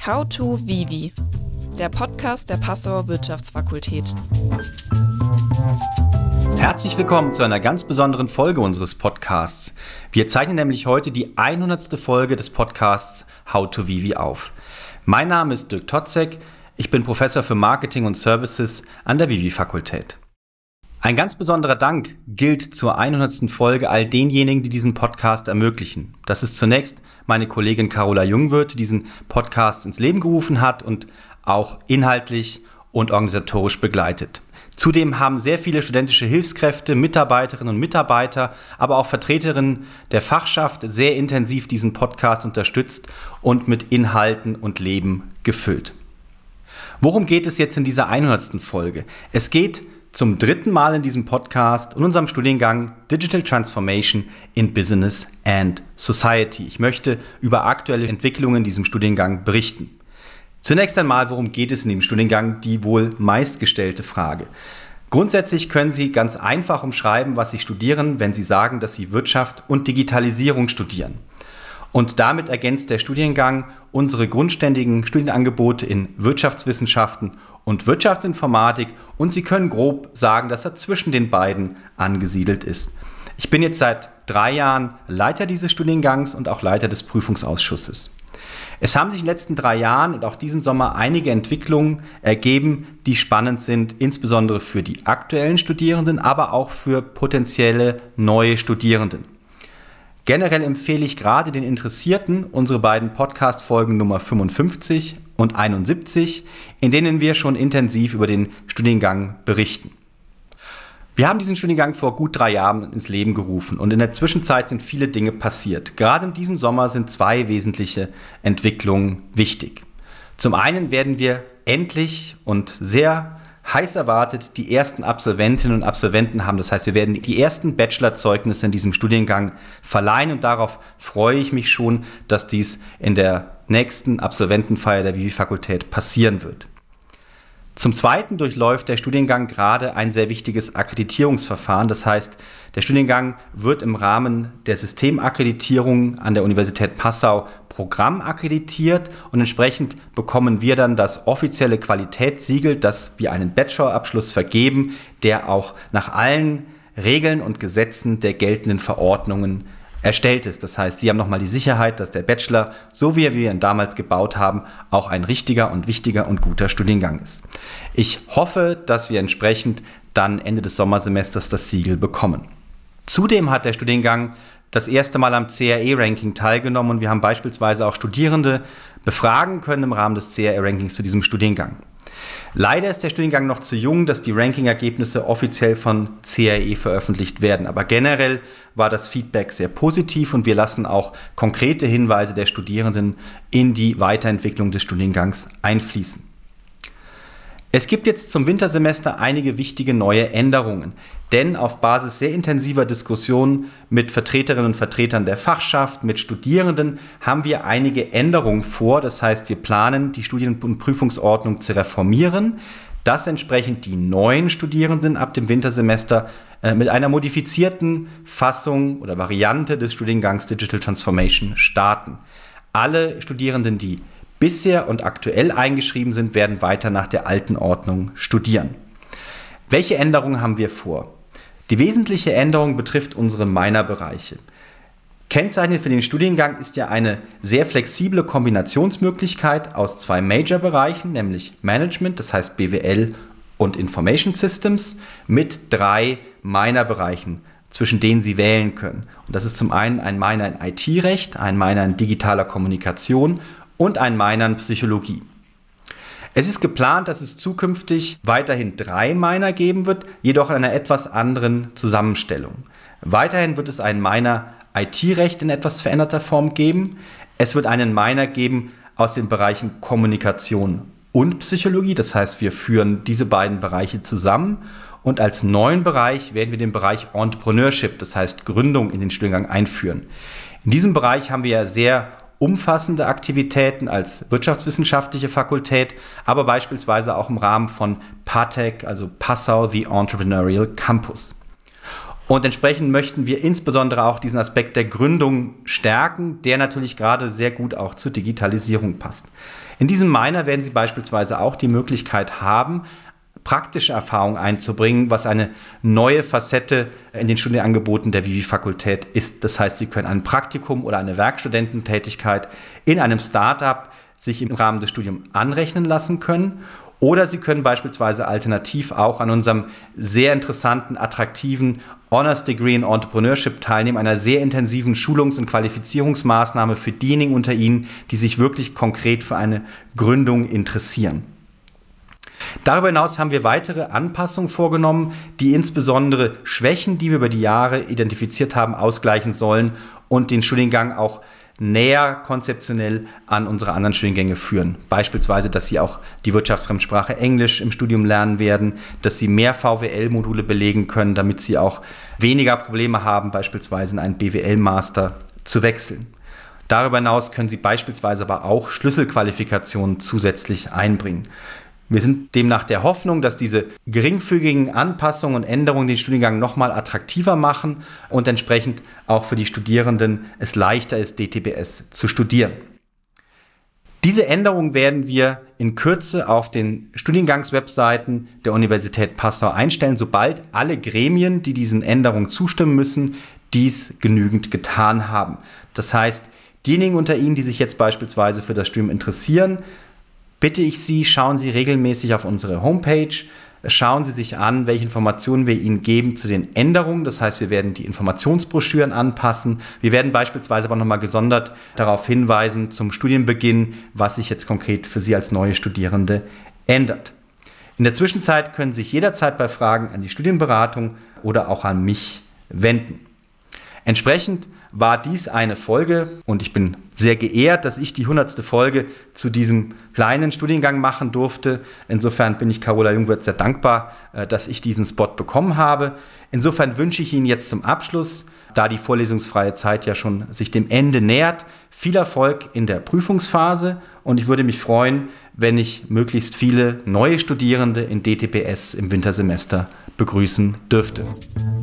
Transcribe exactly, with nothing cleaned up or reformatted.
How to Vivi, der Podcast der Passauer Wirtschaftsfakultät. Herzlich willkommen zu einer ganz besonderen Folge unseres Podcasts. Wir zeichnen nämlich heute die hundertste Folge des Podcasts How to Vivi auf. Mein Name ist Dirk Totzek, ich bin Professor für Marketing und Services an der Vivi-Fakultät. Ein ganz besonderer Dank gilt zur hundertsten Folge all denjenigen, die diesen Podcast ermöglichen. Das ist zunächst meine Kollegin Carola Jungwirth, die diesen Podcast ins Leben gerufen hat und auch inhaltlich und organisatorisch begleitet. Zudem haben sehr viele studentische Hilfskräfte, Mitarbeiterinnen und Mitarbeiter, aber auch Vertreterinnen der Fachschaft sehr intensiv diesen Podcast unterstützt und mit Inhalten und Leben gefüllt. Worum geht es jetzt in dieser hundertsten Folge? Es geht zum dritten Mal in diesem Podcast in unserem Studiengang Digital Transformation in Business and Society. Ich möchte über aktuelle Entwicklungen in diesem Studiengang berichten. Zunächst einmal, worum geht es in dem Studiengang? Die wohl meistgestellte Frage. Grundsätzlich können Sie ganz einfach umschreiben, was Sie studieren, wenn Sie sagen, dass Sie Wirtschaft und Digitalisierung studieren. Und damit ergänzt der Studiengang unsere grundständigen Studienangebote in Wirtschaftswissenschaften und Wirtschaftsinformatik und Sie können grob sagen, dass er zwischen den beiden angesiedelt ist. Ich bin jetzt seit drei Jahren Leiter dieses Studiengangs und auch Leiter des Prüfungsausschusses. Es haben sich in den letzten drei Jahren und auch diesen Sommer einige Entwicklungen ergeben, die spannend sind, insbesondere für die aktuellen Studierenden, aber auch für potenzielle neue Studierenden. Generell empfehle ich gerade den Interessierten unsere beiden Podcast-Folgen Nummer fünfundfünfzig und einundsiebzig, in denen wir schon intensiv über den Studiengang berichten. Wir haben diesen Studiengang vor gut drei Jahren ins Leben gerufen und in der Zwischenzeit sind viele Dinge passiert. Gerade in diesem Sommer sind zwei wesentliche Entwicklungen wichtig. Zum einen werden wir endlich und sehr heiß erwartet die ersten Absolventinnen und Absolventen haben. Das heißt, wir werden die ersten Bachelorzeugnisse in diesem Studiengang verleihen und darauf freue ich mich schon, dass dies in der nächsten Absolventenfeier der Vivi-Fakultät passieren wird. Zum Zweiten durchläuft der Studiengang gerade ein sehr wichtiges Akkreditierungsverfahren. Das heißt, der Studiengang wird im Rahmen der Systemakkreditierung an der Universität Passau programmakkreditiert und entsprechend bekommen wir dann das offizielle Qualitätssiegel, dass wir einen Bachelorabschluss vergeben, der auch nach allen Regeln und Gesetzen der geltenden Verordnungen erstellt ist. Das heißt, Sie haben nochmal die Sicherheit, dass der Bachelor, so wie wir ihn damals gebaut haben, auch ein richtiger und wichtiger und guter Studiengang ist. Ich hoffe, dass wir entsprechend dann Ende des Sommersemesters das Siegel bekommen. Zudem hat der Studiengang das erste Mal am C R E-Ranking teilgenommen und wir haben beispielsweise auch Studierende befragen können im Rahmen des C R E-Rankings zu diesem Studiengang. Leider ist der Studiengang noch zu jung, dass die Ranking-Ergebnisse offiziell von C R E veröffentlicht werden. Aber generell war das Feedback sehr positiv und wir lassen auch konkrete Hinweise der Studierenden in die Weiterentwicklung des Studiengangs einfließen. Es gibt jetzt zum Wintersemester einige wichtige neue Änderungen, denn auf Basis sehr intensiver Diskussionen mit Vertreterinnen und Vertretern der Fachschaft, mit Studierenden, haben wir einige Änderungen vor. Das heißt, wir planen, die Studien- und Prüfungsordnung zu reformieren, dass entsprechend die neuen Studierenden ab dem Wintersemester äh, mit einer modifizierten Fassung oder Variante des Studiengangs Digital Transformation starten. Alle Studierenden, die bisher und aktuell eingeschrieben sind, werden weiter nach der alten Ordnung studieren. Welche Änderungen haben wir vor? Die wesentliche Änderung betrifft unsere Minor-Bereiche. Kennzeichnend für den Studiengang ist ja eine sehr flexible Kombinationsmöglichkeit aus zwei Major-Bereichen, nämlich Management, das heißt B W L und Information Systems, mit drei Minor-Bereichen, zwischen denen Sie wählen können. Und das ist zum einen ein Minor in I T-Recht, ein Minor in digitaler Kommunikation und ein Minor in Psychologie. Es ist geplant, dass es zukünftig weiterhin drei Minor geben wird, jedoch in einer etwas anderen Zusammenstellung. Weiterhin wird es einen Minor I T-Recht in etwas veränderter Form geben. Es wird einen Minor geben aus den Bereichen Kommunikation und Psychologie. Das heißt, wir führen diese beiden Bereiche zusammen. Und als neuen Bereich werden wir den Bereich Entrepreneurship, das heißt Gründung, in den Studiengang einführen. In diesem Bereich haben wir ja sehr umfassende Aktivitäten als wirtschaftswissenschaftliche Fakultät, aber beispielsweise auch im Rahmen von PATEC, also Passau, the Entrepreneurial Campus. Und entsprechend möchten wir insbesondere auch diesen Aspekt der Gründung stärken, der natürlich gerade sehr gut auch zur Digitalisierung passt. In diesem Minor werden Sie beispielsweise auch die Möglichkeit haben, praktische Erfahrung einzubringen, was eine neue Facette in den Studienangeboten der Vivi-Fakultät ist. Das heißt, Sie können ein Praktikum oder eine Werkstudententätigkeit in einem Startup sich im Rahmen des Studiums anrechnen lassen können. Oder Sie können beispielsweise alternativ auch an unserem sehr interessanten, attraktiven Honors Degree in Entrepreneurship teilnehmen, einer sehr intensiven Schulungs- und Qualifizierungsmaßnahme für diejenigen unter Ihnen, die sich wirklich konkret für eine Gründung interessieren. Darüber hinaus haben wir weitere Anpassungen vorgenommen, die insbesondere Schwächen, die wir über die Jahre identifiziert haben, ausgleichen sollen und den Studiengang auch näher konzeptionell an unsere anderen Studiengänge führen. Beispielsweise, dass Sie auch die Wirtschaftsfremdsprache Englisch im Studium lernen werden, dass Sie mehr V W L-Module belegen können, damit Sie auch weniger Probleme haben, beispielsweise in einen B W L-Master zu wechseln. Darüber hinaus können Sie beispielsweise aber auch Schlüsselqualifikationen zusätzlich einbringen. Wir sind demnach der Hoffnung, dass diese geringfügigen Anpassungen und Änderungen den Studiengang nochmal attraktiver machen und entsprechend auch für die Studierenden es leichter ist, D T B S zu studieren. Diese Änderungen werden wir in Kürze auf den Studiengangswebseiten der Universität Passau einstellen, sobald alle Gremien, die diesen Änderungen zustimmen müssen, dies genügend getan haben. Das heißt, diejenigen unter Ihnen, die sich jetzt beispielsweise für das Studium interessieren, bitte ich Sie, schauen Sie regelmäßig auf unsere Homepage, schauen Sie sich an, welche Informationen wir Ihnen geben zu den Änderungen. Das heißt, wir werden die Informationsbroschüren anpassen. Wir werden beispielsweise aber nochmal gesondert darauf hinweisen zum Studienbeginn, was sich jetzt konkret für Sie als neue Studierende ändert. In der Zwischenzeit können Sie sich jederzeit bei Fragen an die Studienberatung oder auch an mich wenden. Entsprechend war dies eine Folge und ich bin sehr geehrt, dass ich die hundertste Folge zu diesem kleinen Studiengang machen durfte. Insofern bin ich Carola Jungwirth sehr dankbar, dass ich diesen Spot bekommen habe. Insofern wünsche ich Ihnen jetzt zum Abschluss, da die vorlesungsfreie Zeit ja schon sich dem Ende nähert, viel Erfolg in der Prüfungsphase und ich würde mich freuen, wenn ich möglichst viele neue Studierende in D T B S im Wintersemester begrüßen dürfte.